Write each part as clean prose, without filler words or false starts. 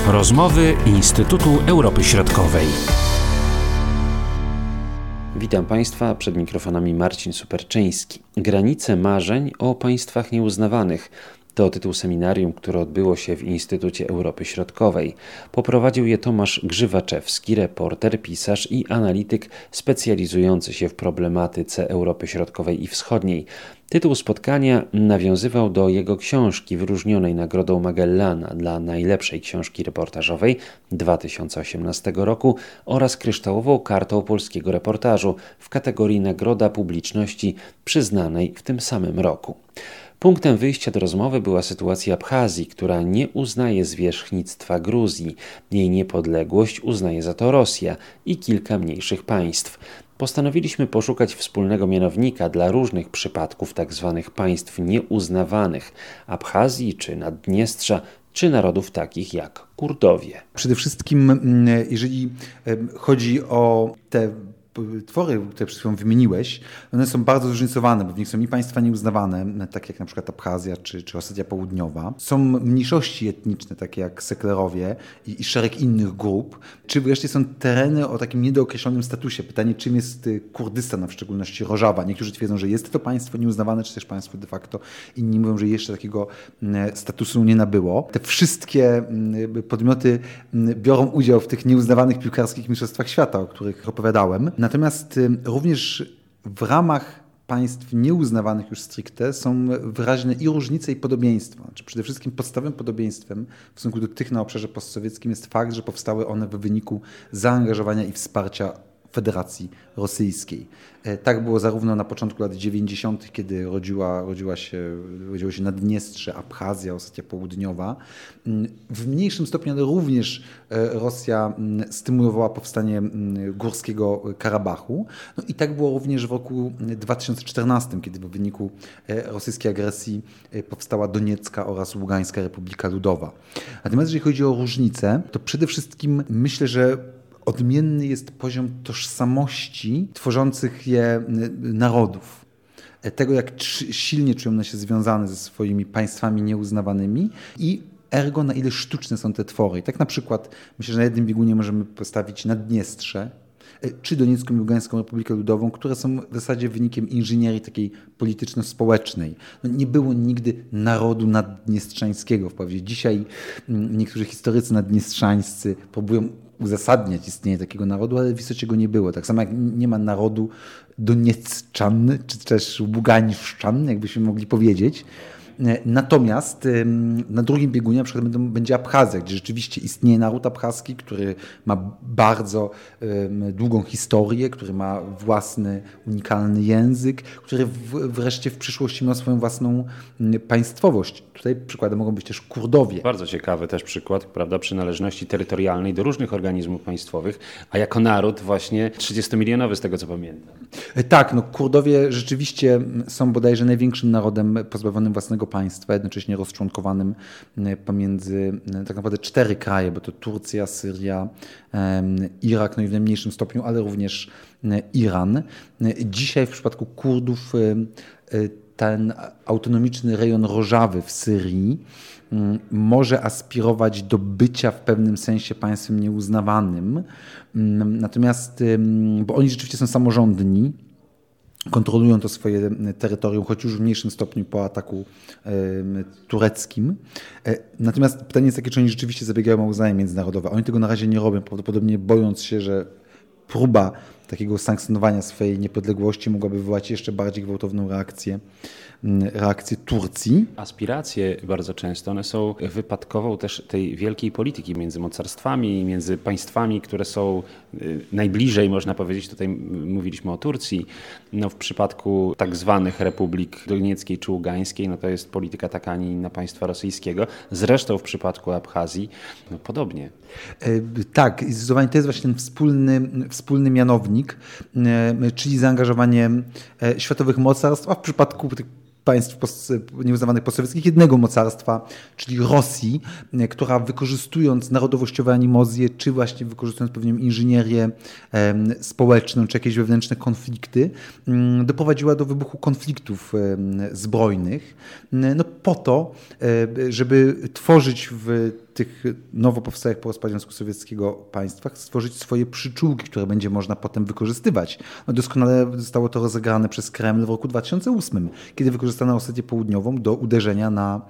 Rozmowy Instytutu Europy Środkowej. Witam Państwa, przed mikrofonami Marcin Superczyński. Granice marzeń o państwach nieuznawanych. To tytuł seminarium, które odbyło się w Instytucie Europy Środkowej. Poprowadził je Tomasz Grzywaczewski, reporter, pisarz i analityk specjalizujący się w problematyce Europy Środkowej i Wschodniej. Tytuł spotkania nawiązywał do jego książki wyróżnionej Nagrodą Magellana dla najlepszej książki reportażowej 2018 roku oraz kryształową kartą polskiego reportażu w kategorii Nagroda Publiczności przyznanej w tym samym roku. Punktem wyjścia do rozmowy była sytuacja Abchazji, która nie uznaje zwierzchnictwa Gruzji. Jej niepodległość uznaje za to Rosja i kilka mniejszych państw. Postanowiliśmy poszukać wspólnego mianownika dla różnych przypadków tzw. państw nieuznawanych Abchazji czy Naddniestrza, czy narodów takich jak Kurdowie. Przede wszystkim, jeżeli chodzi o te twory, które przed chwilą wymieniłeś, one są bardzo zróżnicowane, bo w nich są i państwa nieuznawane, takie jak na przykład Abchazja czy Osetia Południowa. Są mniejszości etniczne, takie jak Seklerowie i szereg innych grup, czy wreszcie są tereny o takim niedookreślonym statusie. Pytanie, czym jest Kurdystan, a w szczególności Rożawa. Niektórzy twierdzą, że jest to państwo nieuznawane, czy też państwo de facto. Inni mówią, że jeszcze takiego statusu nie nabyło. Te wszystkie podmioty biorą udział w tych nieuznawanych piłkarskich mistrzostwach świata, o których opowiadałem. Natomiast również w ramach państw nieuznawanych już stricte są wyraźne i różnice, i podobieństwa. Znaczy przede wszystkim podstawowym podobieństwem w stosunku do tych na obszarze postsowieckim jest fakt, że powstały one w wyniku zaangażowania i wsparcia Federacji Rosyjskiej. Tak było zarówno na początku lat 90., kiedy rodziło się Naddniestrze, Abchazja, Osetia Południowa. W mniejszym stopniu, ale również Rosja stymulowała powstanie Górskiego Karabachu. No i tak było również w roku 2014, kiedy w wyniku rosyjskiej agresji powstała Doniecka oraz Ługańska Republika Ludowa. Natomiast jeżeli chodzi o różnice, to przede wszystkim myślę, że odmienny jest poziom tożsamości tworzących je narodów. Tego, jak silnie czują one się związane ze swoimi państwami nieuznawanymi i ergo, na ile sztuczne są te twory. I tak na przykład, myślę, że na jednym biegunie możemy postawić Naddniestrze, czy Doniecką i Ługańską Republikę Ludową, które są w zasadzie wynikiem inżynierii takiej polityczno-społecznej. No, nie było nigdy narodu naddniestrzańskiego. Wprawdzie dzisiaj niektórzy historycy naddniestrzańscy próbują uzasadniać istnienie takiego narodu, ale w istocie go nie było. Tak samo jak nie ma narodu donieczczan, czy też ługańszczan, jakbyśmy mogli powiedzieć. Natomiast na drugim biegunie na przykład będzie Abchazja, gdzie rzeczywiście istnieje naród abchazki, który ma bardzo długą historię, który ma własny, unikalny język, który wreszcie w przyszłości ma swoją własną państwowość. Tutaj przykładem mogą być też Kurdowie. Bardzo ciekawy też przykład, prawda, przynależności terytorialnej do różnych organizmów państwowych, a jako naród właśnie 30-milionowy z tego co pamiętam. Tak, no Kurdowie rzeczywiście są bodajże największym narodem pozbawionym własnego państwa, jednocześnie rozczłonkowanym pomiędzy tak naprawdę 4 kraje, bo to Turcja, Syria, Irak, no i w najmniejszym stopniu, ale również Iran. Dzisiaj w przypadku Kurdów ten autonomiczny rejon Rożawy w Syrii może aspirować do bycia w pewnym sensie państwem nieuznawanym. Natomiast, bo oni rzeczywiście są samorządni, kontrolują to swoje terytorium, choć już w mniejszym stopniu po ataku tureckim. Natomiast pytanie jest takie, czy oni rzeczywiście zabiegają o uznanie międzynarodowe. Oni tego na razie nie robią, prawdopodobnie bojąc się, że próba takiego sankcjonowania swojej niepodległości mogłaby wywołać jeszcze bardziej gwałtowną reakcję Turcji. Aspiracje bardzo często, one są wypadkową też tej wielkiej polityki między mocarstwami, między państwami, które są najbliżej, można powiedzieć, tutaj mówiliśmy o Turcji, no w przypadku tak zwanych republik donieckiej czy ługańskiej, no to jest polityka taka, a nie inna państwa rosyjskiego. Zresztą w przypadku Abchazji, no podobnie. Tak, i zdecydowanie to jest właśnie ten wspólny mianownik, czyli zaangażowanie światowych mocarstw, a w przypadku tych państw nieuznawanych postsowieckich jednego mocarstwa, czyli Rosji, która wykorzystując narodowościowe animozje, czy właśnie wykorzystując pewną inżynierię społeczną, czy jakieś wewnętrzne konflikty, doprowadziła do wybuchu konfliktów zbrojnych, no po to, żeby tworzyć w tych nowo powstałych po rozpadzie Związku Sowieckiego państwach stworzyć swoje przyczółki, które będzie można potem wykorzystywać. No doskonale zostało to rozegrane przez Kreml w roku 2008, kiedy wykorzystano Osetię Południową do uderzenia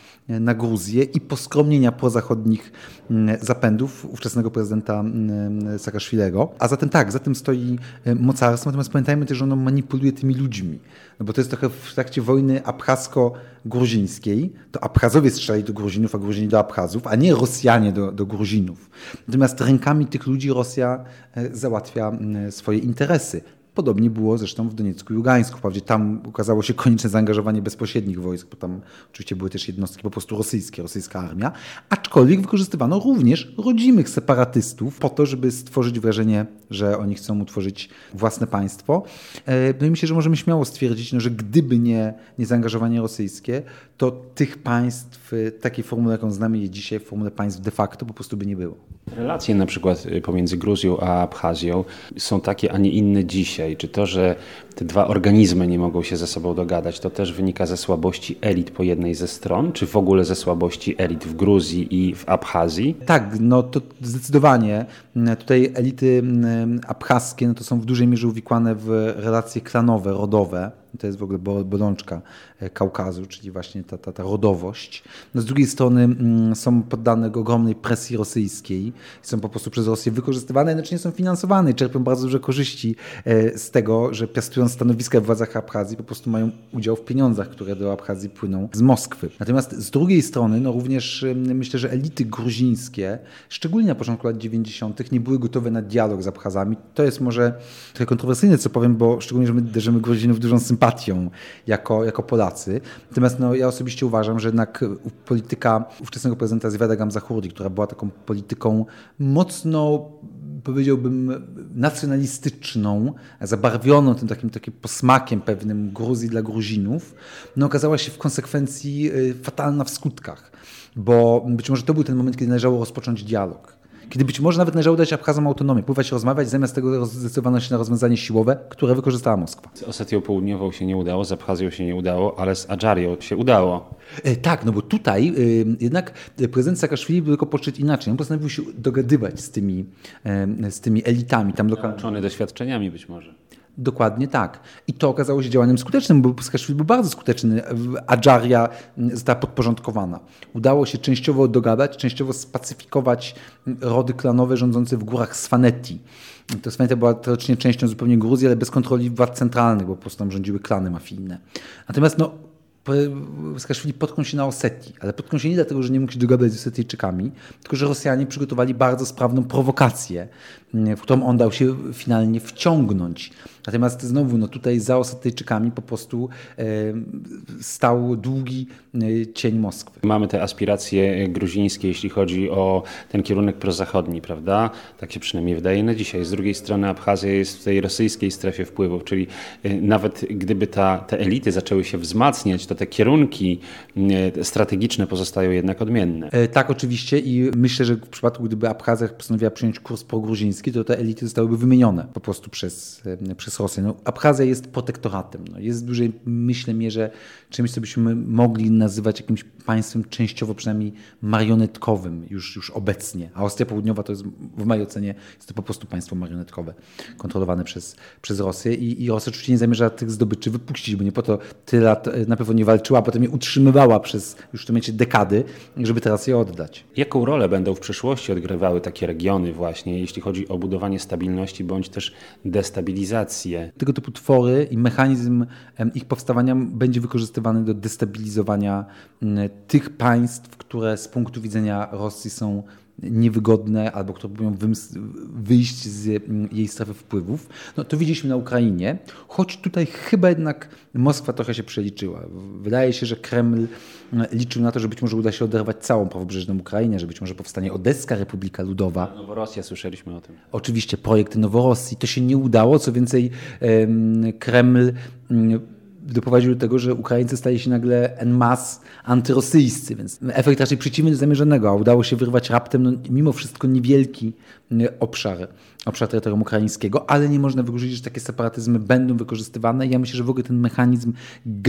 na Gruzję i poskromnienia prozachodnich zapędów ówczesnego prezydenta Saakaszwilego. A zatem tak, za tym stoi mocarstwo, natomiast pamiętajmy też, że ono manipuluje tymi ludźmi. No bo to jest trochę w trakcie wojny abchasko-gruzińskiej, to Abchazowie strzelali do Gruzinów, a Gruzini do Abchazów, a nie Rosjanie do Gruzinów. Natomiast rękami tych ludzi Rosja załatwia swoje interesy. Podobnie było zresztą w Doniecku i Ługańsku. Wprawdzie tam ukazało się konieczne zaangażowanie bezpośrednich wojsk, bo tam oczywiście były też jednostki po prostu rosyjskie, rosyjska armia, aczkolwiek wykorzystywano również rodzimych separatystów po to, żeby stworzyć wrażenie, że oni chcą utworzyć własne państwo. No i myślę, że możemy śmiało stwierdzić, że gdyby nie zaangażowanie rosyjskie, to tych państw w takiej formule, jaką znamy je dzisiaj, w formule państw de facto po prostu by nie było. Relacje na przykład pomiędzy Gruzją a Abchazją są takie, a nie inne dzisiaj. Czy to, że te dwa organizmy nie mogą się ze sobą dogadać, to też wynika ze słabości elit po jednej ze stron, czy w ogóle ze słabości elit w Gruzji i w Abchazji? Tak, no to zdecydowanie. Tutaj elity abchazskie to są w dużej mierze uwikłane w relacje klanowe, rodowe. To jest w ogóle bolączka Kaukazu, czyli właśnie ta rodowość. No z drugiej strony są poddane ogromnej presji rosyjskiej, są po prostu przez Rosję wykorzystywane, jednocześnie są finansowane i czerpią bardzo duże korzyści z tego, że piastując stanowiska w władzach Abchazji, po prostu mają udział w pieniądzach, które do Abchazji płyną z Moskwy. Natomiast z drugiej strony, no również myślę, że elity gruzińskie, szczególnie na początku lat 90., nie były gotowe na dialog z Abchazami. To jest może trochę kontrowersyjne, co powiem, bo szczególnie, że my darzymy Gruzinów dużą sympatią jako Polacy. Natomiast no, ja osobiście uważam, że jednak polityka ówczesnego prezydenta Zviada Gamzahurdi, która była taką polityką mocno, powiedziałbym, nacjonalistyczną, zabarwioną tym takim posmakiem pewnym Gruzji dla Gruzinów, no okazała się w konsekwencji fatalna w skutkach. Bo być może to był ten moment, kiedy należało rozpocząć dialog. Kiedy być może nawet należało dać Abchazom autonomię, pływać, rozmawiać, zamiast tego zdecydowano się na rozwiązanie siłowe, które wykorzystała Moskwa. Z Osetią Południową się nie udało, z Abchazją się nie udało, ale z Adżarią się udało. Tak, no bo tutaj jednak prezydent Saakaszwili był tylko podszedł inaczej. On postanowił się dogadywać z tymi elitami tam lokalnymi. Nauczony doświadczeniami być może. Dokładnie tak. I to okazało się działaniem skutecznym, bo Saakaszwili był bardzo skuteczny. Adżaria została podporządkowana. Udało się częściowo dogadać, częściowo spacyfikować rody klanowe rządzące w górach Svaneti. To Svaneti była teoretycznie częścią zupełnie Gruzji, ale bez kontroli władz centralnych, bo po prostu tam rządziły klany mafijne. Natomiast Saakaszwili potknął się na Osetii, ale potknął się nie dlatego, że nie mógł się dogadać z Osetyjczykami, tylko że Rosjanie przygotowali bardzo sprawną prowokację, w którą on dał się finalnie wciągnąć. Natomiast znowu tutaj za Osetyjczykami po prostu stał długi cień Moskwy. Mamy te aspiracje gruzińskie, jeśli chodzi o ten kierunek prozachodni, prawda? Tak się przynajmniej wydaje na dzisiaj. Z drugiej strony Abchazja jest w tej rosyjskiej strefie wpływów, czyli nawet gdyby te elity zaczęły się wzmacniać, to te kierunki strategiczne pozostają jednak odmienne. Tak, oczywiście i myślę, że w przypadku, gdyby Abchazja postanowiła przyjąć kurs progruziński, to te elity zostałyby wymienione po prostu przez Rosję. No, Abchazja jest protektoratem. No, jest w dużej, myślę, mierze czymś, co byśmy mogli nazywać jakimś państwem częściowo przynajmniej marionetkowym już obecnie. A Ostia Południowa to jest w mojej ocenie jest to po prostu państwo marionetkowe, kontrolowane przez Rosję i Rosja oczywiście nie zamierza tych zdobyczy wypuścić, bo nie po to tyle lat na pewno nie walczyła, a potem je utrzymywała przez już w tym momencie dekady, żeby teraz je oddać. Jaką rolę będą w przyszłości odgrywały takie regiony właśnie, jeśli chodzi o budowanie stabilności bądź też destabilizację? Tego typu twory i mechanizm ich powstawania będzie wykorzystywany do destabilizowania tych państw, które z punktu widzenia Rosji są niewygodne albo które próbują wyjść z jej strefy wpływów. No to widzieliśmy na Ukrainie, choć tutaj chyba jednak Moskwa trochę się przeliczyła. Wydaje się, że Kreml liczył na to, że być może uda się oderwać całą prawobrzeżną Ukrainę, że być może powstanie Odeska Republika Ludowa. Noworossja, słyszeliśmy o tym. Oczywiście projekt Noworossii. To się nie udało, co więcej Kreml doprowadził do tego, że Ukraińcy stali się nagle en masse antyrosyjscy, więc efekt raczej przeciwny do zamierzonego, a udało się wyrwać raptem mimo wszystko niewielki obszar terytorium ukraińskiego, ale nie można wykluczyć, że takie separatyzmy będą wykorzystywane. Ja myślę, że w ogóle ten mechanizm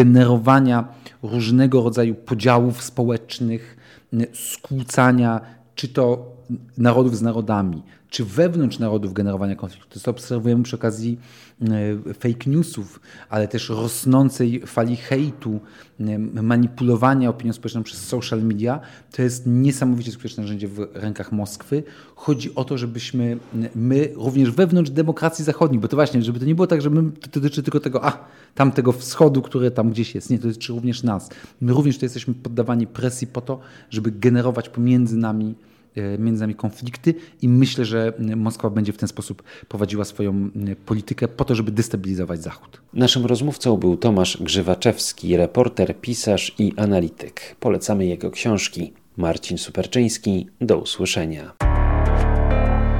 generowania różnego rodzaju podziałów społecznych, skłócania czy to narodów z narodami, czy wewnątrz narodów generowania konfliktu. To obserwujemy przy okazji fake newsów, ale też rosnącej fali hejtu, manipulowania opinią społeczną przez social media. To jest niesamowicie skuteczne narzędzie w rękach Moskwy. Chodzi o to, żebyśmy my również wewnątrz demokracji zachodnich, bo to właśnie, żeby to nie było tak, że to dotyczy tylko tego, tamtego wschodu, które tam gdzieś jest. Nie, to dotyczy również nas. My również tu jesteśmy poddawani presji po to, żeby generować pomiędzy nami konflikty i myślę, że Moskwa będzie w ten sposób prowadziła swoją politykę po to, żeby destabilizować Zachód. Naszym rozmówcą był Tomasz Grzywaczewski, reporter, pisarz i analityk. Polecamy jego książki. Marcin Superczyński, do usłyszenia.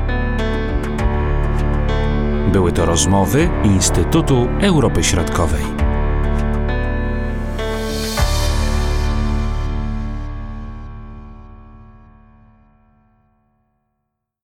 Były to rozmowy Instytutu Europy Środkowej.